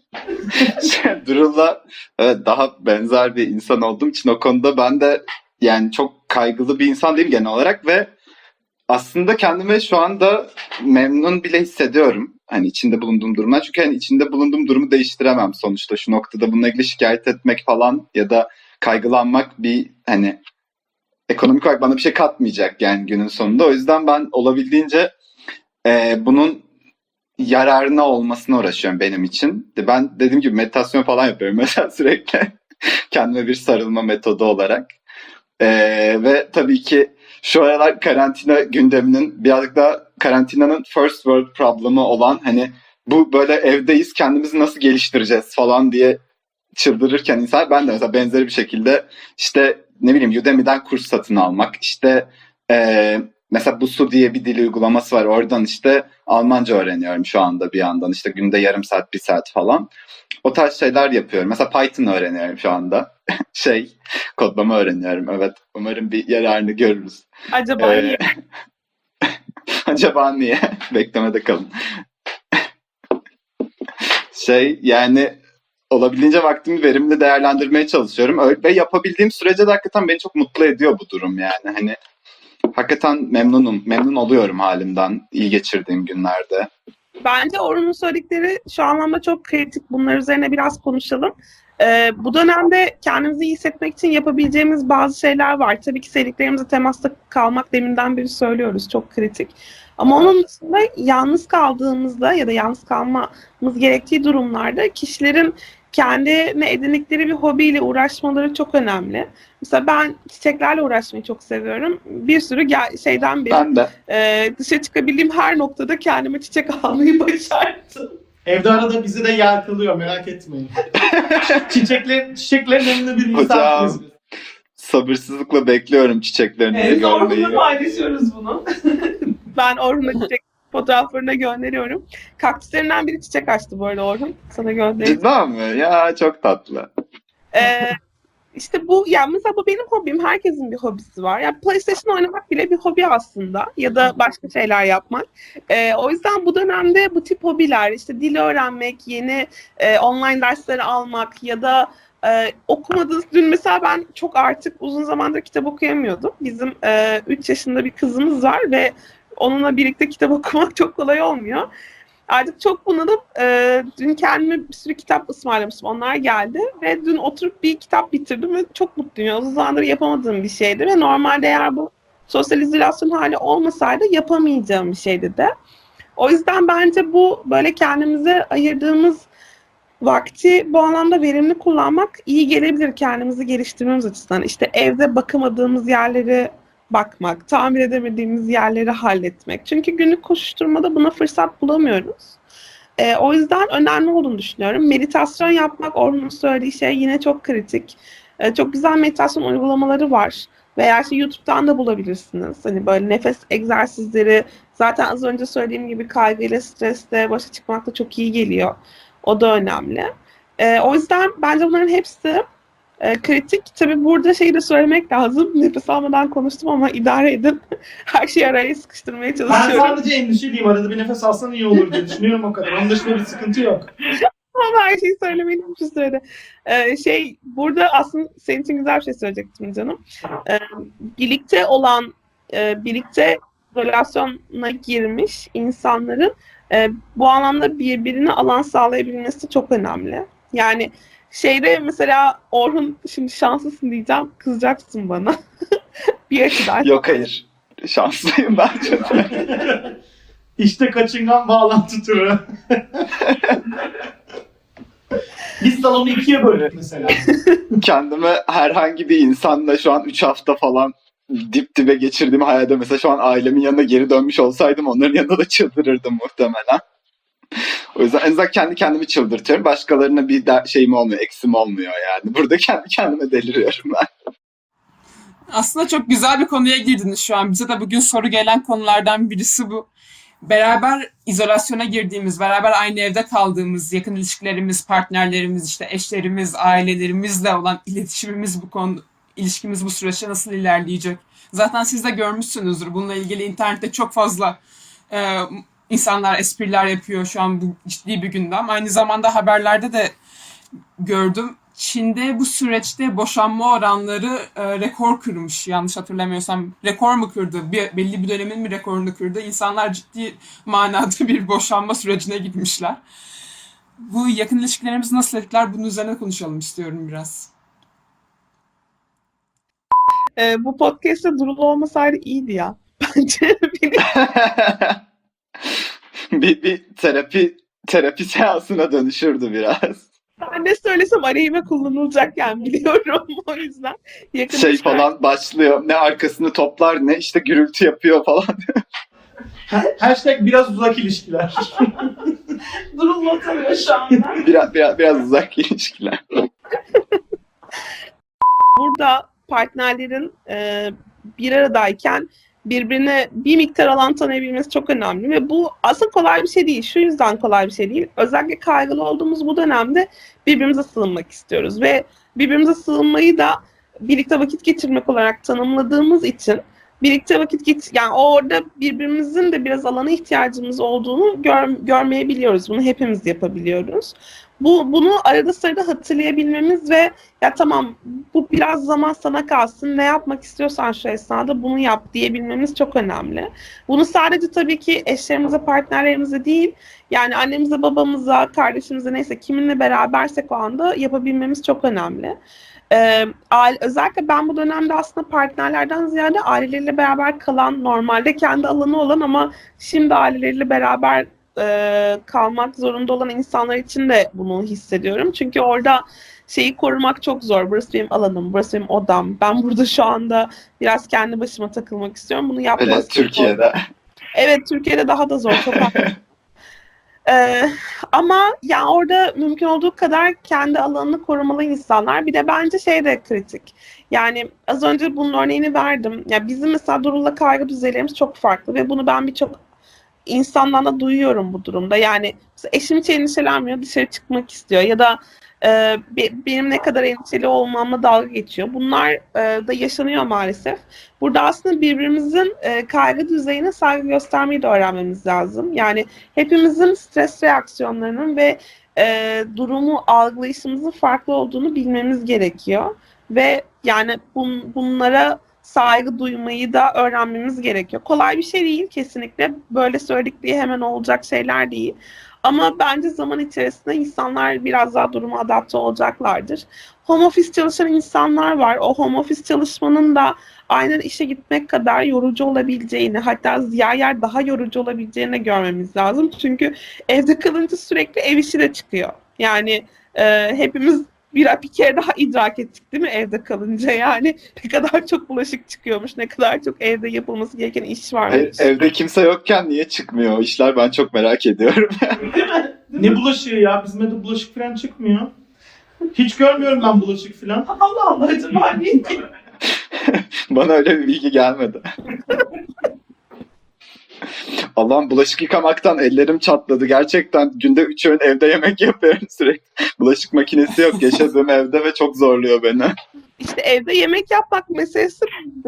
Durul'la evet, daha benzer bir insan olduğum için o konuda ben de yani çok kaygılı bir insan değilim genel olarak ve aslında kendimi şu anda memnun bile hissediyorum. Hani içinde bulunduğum durumdan. Çünkü hani içinde bulunduğum durumu değiştiremem sonuçta. Şu noktada bununla ilgili şikayet etmek falan ya da kaygılanmak bir hani ekonomik olarak bana bir şey katmayacak yani günün sonunda. O yüzden ben olabildiğince e, bunun yararına olmasına uğraşıyorum benim için. Ben dediğim gibi meditasyon falan yapıyorum mesela sürekli. Kendime bir sarılma metodu olarak. E, ve tabii ki şu aralar karantina gündeminin birazcık da karantinanın first world problemi olan hani bu böyle evdeyiz kendimizi nasıl geliştireceğiz falan diye çıldırırken insan ben de mesela benzeri bir şekilde işte ne bileyim Udemy'den kurs satın almak işte e, mesela Busuu diye bir dil uygulaması var oradan işte Almanca öğreniyorum şu anda bir yandan işte günde yarım saat bir saat falan o tarz şeyler yapıyorum mesela Python öğreniyorum şu anda şey kodlama öğreniyorum evet umarım bir yararını görürüz. Acaba Ee, niye? Acaba niye? Beklemede kalın. Şey yani olabildiğince vaktimi verimli değerlendirmeye çalışıyorum. Öyle, ve yapabildiğim sürece de hakikaten beni çok mutlu ediyor bu durum yani. Hani hakikaten memnunum. Memnun oluyorum halimden iyi geçirdiğim günlerde. Bence Orhun'un söyledikleri şu anlamda çok kritik. Bunlar üzerine biraz konuşalım. Ee, bu dönemde kendimizi iyi hissetmek için yapabileceğimiz bazı şeyler var. Tabii ki sevdiklerimizle temasta kalmak deminden beri söylüyoruz. Çok kritik. Ama onun dışında yalnız kaldığımızda ya da yalnız kalmamız gerektiği durumlarda kişilerin kendine edindikleri bir hobiyle uğraşmaları çok önemli. Mesela ben çiçeklerle uğraşmayı çok seviyorum. Bir sürü gel- şeyden beri Ben de. e, dışarı çıkabildiğim her noktada kendime çiçek almayı başardım. Evde arada bizi de yer kılıyor merak etmeyin. Çiçekler, çiçeklerin önünde bir misafiriz. Hocam sabırsızlıkla bekliyorum çiçeklerini de Evet, görmeyi. Orhun'la paylaşıyoruz bunu. Ben Orhun'a çiçek fotoğraflarına gönderiyorum. Kaktüslerinden biri çiçek açtı bu arada Orhun. Sana göndereyim. Cidden mi? Ya çok tatlı. Ee, işte bu yani mesela bu benim hobim. Herkesin bir hobisi var. Yani PlayStation oynamak bile bir hobi aslında. Ya da başka şeyler yapmak. Ee, o yüzden bu dönemde bu tip hobiler işte dil öğrenmek, yeni e, online dersleri almak ya da e, okumadığınız dün mesela ben çok artık uzun zamandır kitap okuyamıyordum. Bizim üç yaşında bir kızımız var ve onunla birlikte kitap okumak çok kolay olmuyor. Artık çok bunalım. Ee, dün kendime bir sürü kitap ısmarlamıştım. Onlar geldi ve dün oturup bir kitap bitirdim ve çok mutluyum. Uzun zamandır yapamadığım bir şeydi ve normalde eğer bu sosyal izolasyon hali olmasaydı yapamayacağım bir şeydi de. O yüzden bence bu böyle kendimize ayırdığımız vakti bu anlamda verimli kullanmak iyi gelebilir kendimizi geliştirmemiz açısından. İşte evde bakamadığımız yerleri bakmak, tamir edemediğimiz yerleri halletmek. Çünkü günlük koşuşturmada buna fırsat bulamıyoruz. Ee, o yüzden önemli olduğunu düşünüyorum. Meditasyon yapmak, Orhun'un söylediği şey yine çok kritik. Ee, çok güzel meditasyon uygulamaları var. Veya işte YouTube'dan da bulabilirsiniz. Hani böyle nefes egzersizleri, zaten az önce söylediğim gibi kaygıyla, stresle başa çıkmak da çok iyi geliyor. O da önemli. Ee, o yüzden bence bunların hepsi e, kritik. Tabii burada şeyi de söylemek lazım. Nefes almadan konuştum ama idare edin. Her şeyi araya sıkıştırmaya Ben çalışıyorum. sadece endişeliyim. Arada bir nefes alsan iyi olur diye düşünüyorum o kadar. Onun dışında bir sıkıntı yok. Ama her şeyi söylemeliyim şu sırada. Ee, şey, burada aslında senin için güzel bir şey söyleyecektim canım. Ee, birlikte olan, e, birlikte relasyona girmiş insanların e, bu anlamda birbirine alan sağlayabilmesi çok önemli. Yani şeyde mesela Orhun, şimdi şanslısın diyeceğim, kızacaksın bana. Bir açıdan. Yok hayır. Şanslıyım bence. İşte kaçıngan bağlantı türü. Biz salonu ikiye böldük mesela. Kendime herhangi bir insanla şu an üç hafta falan dip dibe geçirdiğim hayalde mesela şu an ailemin yanına geri dönmüş olsaydım onların yanında da çıldırırdım muhtemelen. O yüzden en azından kendi kendimi çıldırtıyorum. Başkalarına bir de şeyim olmuyor, eksim olmuyor yani. Burada kendi kendime deliriyorum ben. Aslında çok güzel bir konuya girdiniz şu an. Bize de bugün soru gelen konulardan birisi bu. Beraber izolasyona girdiğimiz, beraber aynı evde kaldığımız, yakın ilişkilerimiz, partnerlerimiz, işte eşlerimiz, ailelerimizle olan iletişimimiz bu konu, ilişkimiz bu süreçte nasıl ilerleyecek? Zaten siz de görmüşsünüzdür. Bununla ilgili internette çok fazla e, insanlar espriler yapıyor. Şu an bu ciddi bir gündem. Aynı zamanda haberlerde de gördüm. Çin'de bu süreçte boşanma oranları e, rekor kırmış. Yanlış hatırlamıyorsam. Rekor mu kırdı? Bir, belli bir dönemin mi rekorunu kırdı? İnsanlar ciddi manada bir boşanma sürecine gitmişler. Bu yakın ilişkilerimizi nasıl etkiler? Bunun üzerine konuşalım istiyorum biraz. Ee, bu podcast'te Durul olmasaydı iyiydi ya. Bence bir, bir terapi terapi seansına dönüşürdü biraz. ben ne söylesem aleyhime kullanılacakken biliyorum. O yüzden yakın Şey ilişkiler- falan başlıyor. Ne arkasını toplar ne işte gürültü yapıyor falan. Hashtag biraz uzak ilişkiler. Durul not alıyor şu anda. biraz, biraz, biraz uzak ilişkiler. Burada partnerlerin e, bir aradayken birbirine bir miktar alan tanıyabilmesi çok önemli ve bu aslında kolay bir şey değil. Şu yüzden kolay bir şey değil. Özellikle kaygılı olduğumuz bu dönemde birbirimize sığınmak istiyoruz ve birbirimize sığınmayı da birlikte vakit geçirmek olarak tanımladığımız için birlikte vakit geç yani orada birbirimizin de biraz alana ihtiyacımız olduğunu gör, görmeyebiliyoruz. Bunu hepimiz yapabiliyoruz. Bu bunu arada sırada hatırlayabilmemiz ve ya tamam bu biraz zaman sana kalsın, ne yapmak istiyorsan şu esnada bunu yap diyebilmemiz çok önemli. Bunu sadece tabii ki eşlerimize, partnerlerimize değil, yani annemize, babamıza, kardeşimize, neyse kiminle berabersek o anda yapabilmemiz çok önemli. Ee, aile, özellikle ben bu dönemde aslında partnerlerden ziyade aileleriyle beraber kalan, normalde kendi alanı olan ama şimdi aileleriyle beraber e, kalmak zorunda olan insanlar için de bunu hissediyorum. Çünkü orada şeyi korumak çok zor. Burası benim alanım, burası benim odam. Ben burada şu anda biraz kendi başıma takılmak istiyorum. Bunu yapmak Öyle Türkiye'de. Evet, Türkiye'de daha da zor. Çok haklı. Ee, ama yani orada mümkün olduğu kadar kendi alanını korumalı insanlar. Bir de bence şey de kritik. Yani az önce bunun örneğini verdim. Ya bizim mesela Durul'la kaygı düzeylerimiz çok farklı ve bunu ben birçok insandan da duyuyorum bu durumda. Yani eşim hiç endişelenmiyor, dışarı çıkmak istiyor ya da e, benim ne kadar endişeli olmamla dalga geçiyor. Bunlar e, da yaşanıyor maalesef. Burada aslında birbirimizin e, kaygı düzeyine saygı göstermeyi de öğrenmemiz lazım. Yani hepimizin stres reaksiyonlarının ve e, durumu algılayışımızın farklı olduğunu bilmemiz gerekiyor. Ve yani bun, bunlara saygı duymayı da öğrenmemiz gerekiyor. Kolay bir şey değil kesinlikle. Böyle söyledik diye hemen olacak şeyler değil. Ama bence zaman içerisinde insanlar biraz daha duruma adapte olacaklardır. Home office çalışan insanlar var. O home office çalışmanın da aynen işe gitmek kadar yorucu olabileceğini, hatta yer yer daha yorucu olabileceğini görmemiz lazım. Çünkü evde kalınca sürekli ev işi de çıkıyor. Yani e, hepimiz bir, bir kere daha idrak ettik değil mi evde kalınca? Yani ne kadar çok bulaşık çıkıyormuş, ne kadar çok evde yapılması gereken iş Hayır, varmış. evde kimse yokken niye çıkmıyor o işler, ben çok merak ediyorum. Değil mi? Ne bulaşığı ya? Bizim evde bulaşık falan çıkmıyor. Hiç görmüyorum ben bulaşık falan. Allah Allah, acaba niye? Bana öyle bir bilgi gelmedi. Allah'ım, bulaşık yıkamaktan ellerim çatladı. Gerçekten günde üç öğün evde yemek yapıyorum sürekli. Bulaşık makinesi yok yaşadığım evde ve çok zorluyor beni. İşte evde yemek yapmak meselesi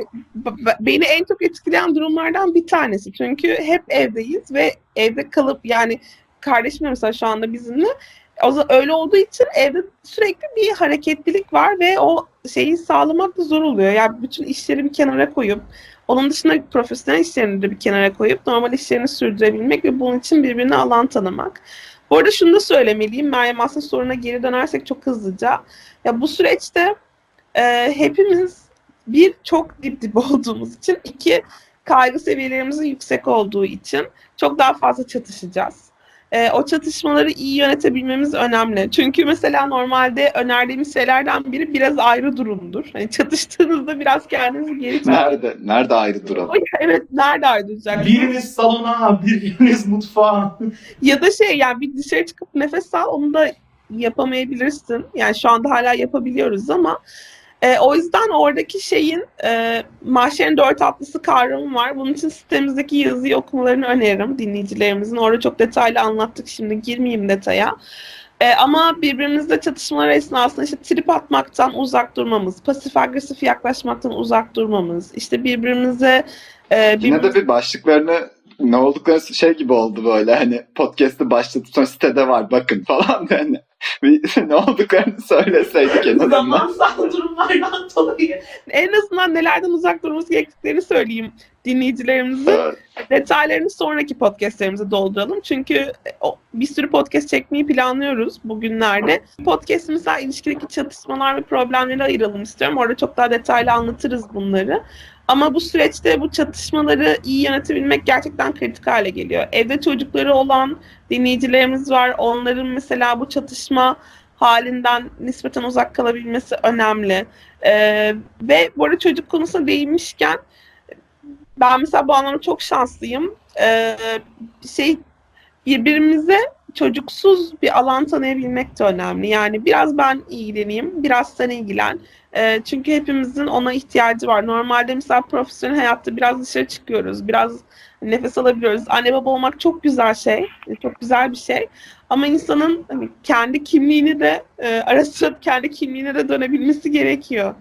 be- be- beni en çok etkileyen durumlardan bir tanesi. Çünkü hep evdeyiz ve evde kalıp, yani kardeşim de mesela şu anda bizimle, o zaman öyle olduğu için evde sürekli bir hareketlilik var ve o şeyi sağlamak da zor oluyor. Yani bütün işleri bir kenara koyup, onun dışında profesyonel işlerini de bir kenara koyup normal işlerini sürdürebilmek ve bunun için birbirine alan tanımak. Bu arada şunu da söylemeliyim. Meryem, aslında soruna geri dönersek çok hızlıca. Ya bu süreçte e, hepimiz bir, çok dip dip olduğumuz için, iki, kaygı seviyelerimizin yüksek olduğu için çok daha fazla çatışacağız. E, o çatışmaları iyi yönetebilmemiz önemli. Çünkü mesela normalde önerdiğimiz şeylerden biri biraz ayrı durumdur. Hani çatıştığınızda biraz kendinizi geri çekin. Nerede? Nerede ayrı duralım? Evet, nerede ayrı duracaksınız? Biriniz salona, biriniz mutfağa. Ya da şey, yani bir dışarı çıkıp nefes al, onu da yapamayabilirsin. Yani şu anda hala yapabiliyoruz ama e, o yüzden oradaki şeyin e, mahşerin dört atlısı kavramı var. Bunun için sitemizdeki yazıyı okumalarını öneririm dinleyicilerimizin. Orada çok detaylı anlattık, şimdi girmeyeyim detaya. E, ama birbirimizle çatışmalar esnasında işte trip atmaktan uzak durmamız, pasif agresif yaklaşmaktan uzak durmamız, işte birbirimize e, Yine birbirimize... de bir başlıklarını, ne oldukları şey gibi oldu böyle, hani podcast'ı başlatıp sonra sitede var bakın falan da hani bir, ne olduklarını söyleseydik en azından. Zamansal durumlardan dolayı en azından nelerden uzak durmamız gerektiklerini söyleyeyim dinleyicilerimizin. Evet. Detaylarını sonraki podcastlerimize dolduralım. Çünkü o, bir sürü podcast çekmeyi planlıyoruz bugünlerde. Podcast'ımıza ilişkideki çatışmalar ve problemleri ayıralım istiyorum. Orada çok daha detaylı anlatırız bunları. Ama bu süreçte bu çatışmaları iyi yönetebilmek gerçekten kritik hale geliyor. Evde çocukları olan dinleyicilerimiz var. Onların mesela bu çatışma halinden nispeten uzak kalabilmesi önemli. Ee, ve bu arada çocuk konusuna değinmişken, ben mesela bu anlamda çok şanslıyım. Ee, şey birbirimize çocuksuz bir alan tanıyabilmek de önemli. Yani biraz ben ilgileneyim, biraz sen ilgilen. Ee, çünkü hepimizin ona ihtiyacı var. Normalde mesela profesyonel hayatta biraz dışarı çıkıyoruz, biraz nefes alabiliyoruz. Anne baba olmak çok güzel şey, çok güzel bir şey. Ama insanın hani, kendi kimliğini de e, ara sıra kendi kimliğine de dönebilmesi gerekiyor.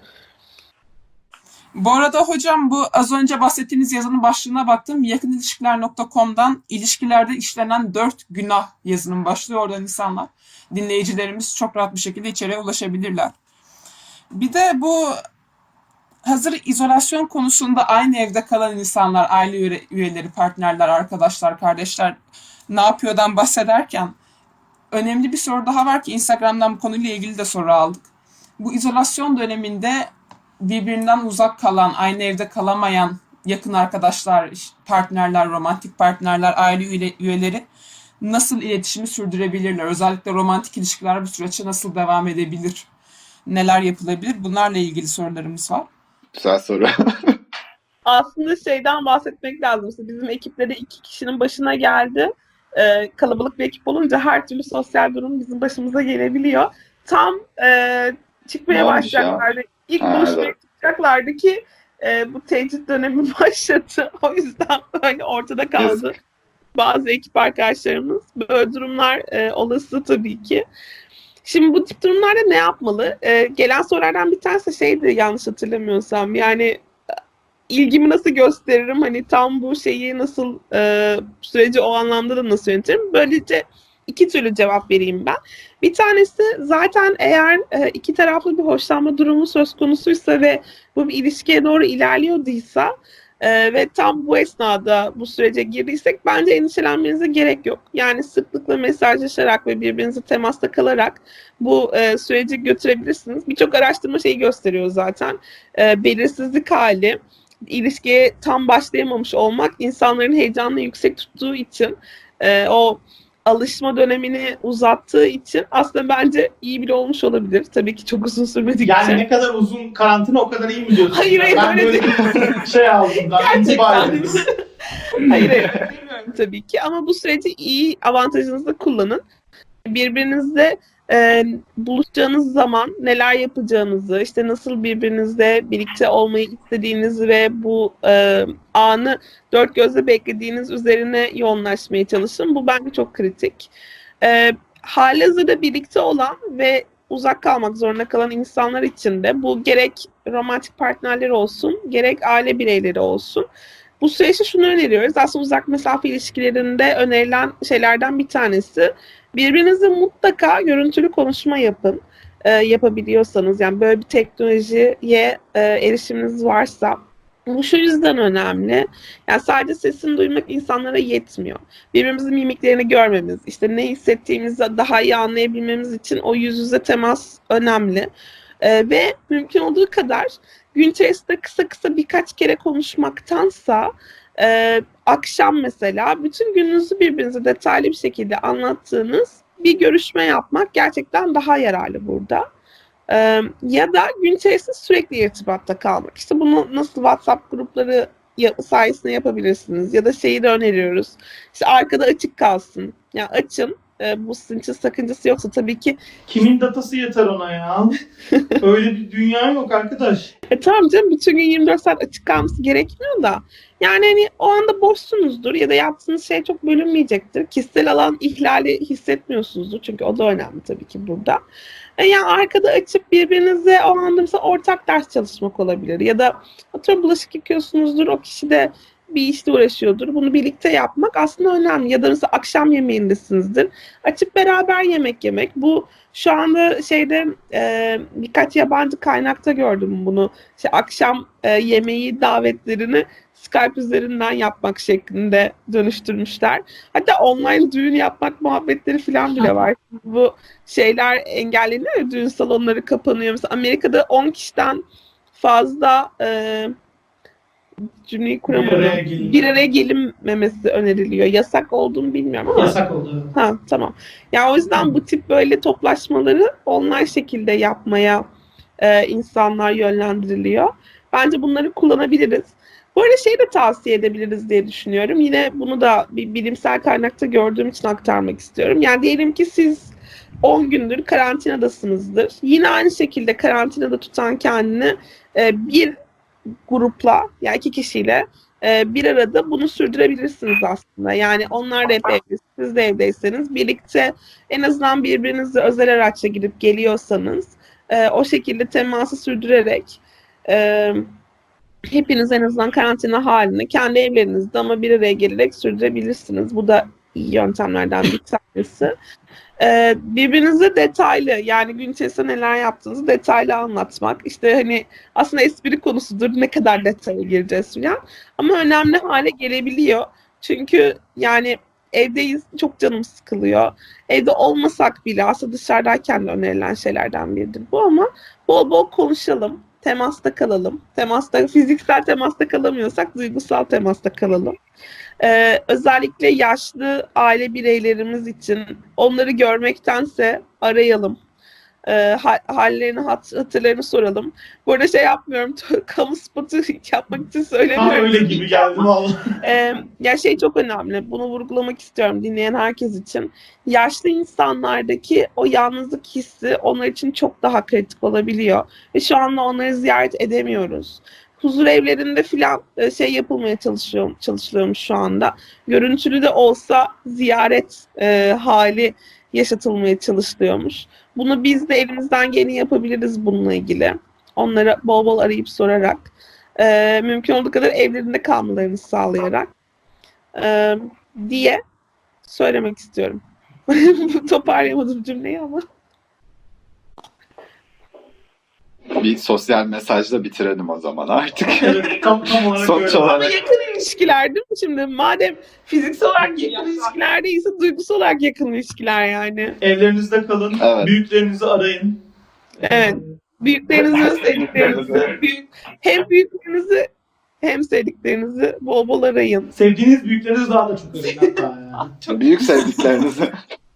Bu arada hocam, bu az önce bahsettiğiniz yazının başlığına baktım. yakın ilişkiler nokta com'dan ilişkilerde işlenen dört günah yazının başlığı. Oradan insanlar, dinleyicilerimiz çok rahat bir şekilde içeriye ulaşabilirler. Bir de bu hazır izolasyon konusunda aynı evde kalan insanlar, aile üyeleri, partnerler, arkadaşlar, kardeşler ne yapıyordan bahsederken önemli bir soru daha var ki Instagram'dan bu konuyla ilgili de soru aldık. Bu izolasyon döneminde birbirinden uzak kalan, aynı evde kalamayan yakın arkadaşlar, partnerler, romantik partnerler, aile üyeleri nasıl iletişimi sürdürebilirler? Özellikle romantik ilişkiler bu süreçte nasıl devam edebilir? Neler yapılabilir? Bunlarla ilgili sorularımız var. Güzel soru. Aslında şeyden bahsetmek lazım. Mesela bizim ekipte de iki kişinin başına geldi. Ee, kalabalık bir ekip olunca her türlü sosyal durum bizim başımıza gelebiliyor. Tam e, çıkmaya başlayacaklardı. İlk Ha, buluşmaya evet. çıkacaklardı ki e, bu tecrit dönemi başladı. O yüzden böyle ortada kaldı. Yazık. Bazı ekip arkadaşlarımız. Böyle durumlar e, olası tabii ki. Şimdi bu tip durumlarda ne yapmalı? E, gelen sorulardan bir tanesi şeydi, yanlış hatırlamıyorsam. Yani ilgimi nasıl gösteririm? Hani tam bu şeyi nasıl, e, süreci o anlamda da nasıl yönetirim? Böylece iki türlü cevap vereyim ben. Bir tanesi zaten eğer e, iki taraflı bir hoşlanma durumu söz konusuysa ve bu bir ilişkiye doğru ilerliyorduysa e, ve tam bu esnada bu sürece girdiysek bence endişelenmenize gerek yok. Yani sıklıkla mesajlaşarak ve birbirinize temasta kalarak bu e, süreci götürebilirsiniz. Birçok araştırma şeyi gösteriyor zaten. E, belirsizlik hali, ilişkiye tam başlayamamış olmak insanların heyecanını yüksek tuttuğu için e, o alışma dönemini uzattığı için aslında bence iyi bile olmuş olabilir. Tabii ki çok uzun sürmedikçe. Yani ne kadar uzun karantina o kadar iyi mi diyorsun? Hayır, hayır, ben öyle böyle bir şey aldım. Ben intiba Gerçekten. edildim. Hayır, hayır, demiyorum tabii ki ama bu süreci iyi avantajınızda kullanın. Birbirinizle e, buluşacağınız zaman neler yapacağınızı, işte nasıl birbirinizle birlikte olmayı istediğiniz ve bu e, anı dört gözle beklediğiniz üzerine yoğunlaşmaya çalışın. Bu bence çok kritik. E, halihazırda birlikte olan ve uzak kalmak zorunda kalan insanlar için de bu gerek romantik partnerler olsun, gerek aile bireyleri olsun. Bu süreçte şunu öneriyoruz. Aslında uzak mesafe ilişkilerinde önerilen şeylerden bir tanesi. Birbirinizle mutlaka görüntülü konuşma yapın. E, yapabiliyorsanız, yani böyle bir teknolojiye e, erişiminiz varsa. Bu şu yüzden önemli. Yani sadece sesini duymak insanlara yetmiyor. Birbirimizin mimiklerini görmemiz, işte ne hissettiğimizi daha iyi anlayabilmemiz için o yüz yüze temas önemli. E, ve mümkün olduğu kadar gün içerisinde kısa kısa birkaç kere konuşmaktansa e, akşam mesela bütün gününüzü birbirinize detaylı bir şekilde anlattığınız bir görüşme yapmak gerçekten daha yararlı burada. E, ya da gün içerisinde sürekli irtibatta kalmak. İşte bunu nasıl WhatsApp grupları sayesinde yapabilirsiniz. Ya da şeyi de öneriyoruz. İşte arkada açık kalsın. Yani açın. E, bu sizin için sakıncası yoksa tabii ki. Kimin datası yeter ona ya? Öyle bir dünya yok arkadaş. E tamam canım, bütün gün yirmi dört saat açık kalması gerekmiyor da. Yani hani o anda boşsunuzdur ya da yaptığınız şey çok bölünmeyecektir. Kişisel alan ihlali hissetmiyorsunuzdur. Çünkü o da önemli tabii ki burada. E yani arkada açıp birbirinize o anda mesela ortak ders çalışmak olabilir. Ya da atıyorum bulaşık yıkıyorsunuzdur, o kişi de bir işle uğraşıyordur. Bunu birlikte yapmak aslında önemli. Ya da mesela akşam yemeğindesinizdir. Açıp beraber yemek yemek. Bu şu anda şeyde e, birkaç yabancı kaynakta gördüm bunu. İşte akşam e, yemeği davetlerini Skype üzerinden yapmak şeklinde dönüştürmüşler. Hatta online düğün yapmak muhabbetleri falan bile var. Bu şeyler engelleniyor ya, düğün salonları kapanıyor. Mesela Amerika'da on kişiden fazla e, cümleyi kuramadım. Bir araya gelin. Bir araya gelinmemesi öneriliyor. Yasak olduğunu bilmiyorum ama. Yasak oldu. Ha, tamam. Ya o yüzden bu tip böyle toplaşmaları online şekilde yapmaya e, insanlar yönlendiriliyor. Bence bunları kullanabiliriz. Bu arada şeyi de tavsiye edebiliriz diye düşünüyorum. Yine bunu da bir bilimsel kaynakta gördüğüm için aktarmak istiyorum. Yani diyelim ki siz on gündür karantinadasınızdır. Yine aynı şekilde karantinada tutan kendini e, bir grupla, yani iki kişiyle e, bir arada bunu sürdürebilirsiniz aslında. Yani onlar da hep evli, siz de evdeyseniz birlikte en azından birbirinizi özel araçla gidip geliyorsanız e, o şekilde teması sürdürerek e, hepiniz en azından karantina halini kendi evlerinizde ama bir araya gelerek sürdürebilirsiniz. Bu da iyi yöntemlerden bir tanesi. Ee, birbirinize detaylı, yani gün içerisinde neler yaptığınızı detaylı anlatmak. İşte hani aslında espri konusudur, ne kadar detaya gireceğiz falan. Ama önemli hale gelebiliyor. Çünkü yani evdeyiz, çok canım sıkılıyor. Evde olmasak bile aslında dışarıdayken de önerilen şeylerden biridir bu, ama bol bol konuşalım. Temasta kalalım. Temasta, fiziksel temasta kalamıyorsak duygusal temasta kalalım. Ee, özellikle yaşlı aile bireylerimiz için onları görmektense arayalım. Ee, ha- hallerini, hat- hatırlarını soralım. Bu arada şey yapmıyorum, kamu spotu yapmak için söylemiyorum. Tam öyle gibi geldi vallahi. Ee, ya şey çok önemli. Bunu vurgulamak istiyorum dinleyen herkes için. Yaşlı insanlardaki o yalnızlık hissi onlar için çok daha kritik olabiliyor. Ve şu anda onları ziyaret edemiyoruz. Huzur evlerinde filan e, şey yapılmaya çalışıyor, çalışılıyormuş şu anda. Görüntülü de olsa ziyaret e, hali yaşatılmaya çalışılıyormuş. Bunu biz de elimizden geleni yapabiliriz bununla ilgili. Onlara bol bol arayıp sorarak. Ee, mümkün olduğu kadar evlerinde kalmalarını sağlayarak e, diye söylemek istiyorum. Toparlayamadım cümleyi ama. Bir sosyal mesajla bitirelim o zaman artık. Evet, tam, tam olarak Sonuç öyle. olarak- Ama yakın ilişkiler değil mi şimdi? Madem fiziksel olarak yakın ilişkiler değilse duygusal olarak yakın ilişkiler yani. Evlerinizde kalın, Evet. büyüklerinizi arayın. Evet. Büyüklerinizi, sevdiklerinizi, büyük, hem büyüklerinizi hem sevdiklerinizi bol bol arayın. Sevdiğiniz büyüklerinizi daha da çok arayın hatta yani. Büyük sevdiklerinizi.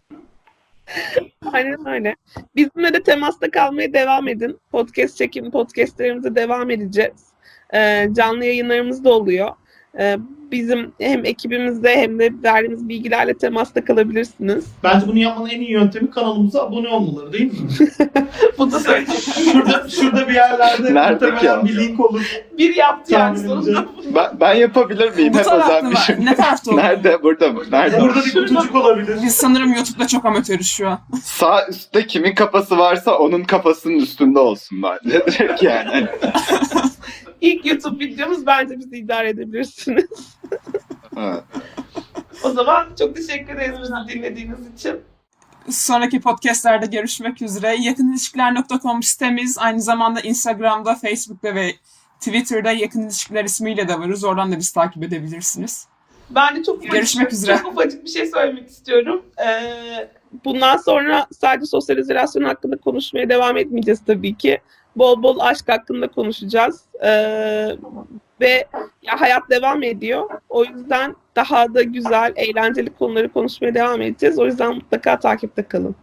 Aynen öyle. Bizimle de temasta kalmaya devam edin. Podcast çekim podcastlerimize devam edeceğiz. Ee, canlı yayınlarımız da oluyor. Ee, bizim hem ekibimizde hem de verdiğimiz bilgilerle temasta kalabilirsiniz. Bence bunu yapmanın en iyi yöntemi kanalımıza abone olmaları değil mi? Bu da söyleyeyim. Şurada, şurada bir yerlerde Nerede ki muhtemelen o? bir link olur. Bir yaptı yani Tahminimce. sonunda. Ben, ben yapabilir miyim? Bu Hep tarafta mı? özenmişim. Ne tarafta olur? Nerede? Burada mı? Nerede? Burada bir kutucuk olabilir. Biz sanırım YouTube'da çok amatörüz şu an. Sağ üstte kimin kafası varsa onun kafasının üstünde olsun bence. Direkt yani. İlk YouTube videomuz, bence bizi idare edebilirsiniz. Evet. O zaman çok teşekkür ederiz bizi dinlediğiniz için. Sonraki podcastlerde görüşmek üzere. yakınilişkiler nokta com sitemiz, aynı zamanda Instagram'da, Facebook'ta ve Twitter'da Yakın İlişkiler ismiyle de varız. Oradan da bizi takip edebilirsiniz. Ben de çok ufacık, Görüşmek üzere. çok ufacık bir şey söylemek istiyorum. Ee, bundan sonra sadece sosyal izolasyon hakkında konuşmaya devam etmeyeceğiz tabii ki. Bol bol aşk hakkında konuşacağız. Ee, ve ya hayat devam ediyor. O yüzden daha da güzel, eğlenceli konuları konuşmaya devam edeceğiz. O yüzden mutlaka takipte kalın.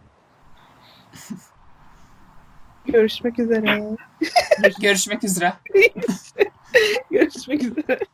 Görüşmek üzere. Görüşmek üzere. Görüşmek üzere.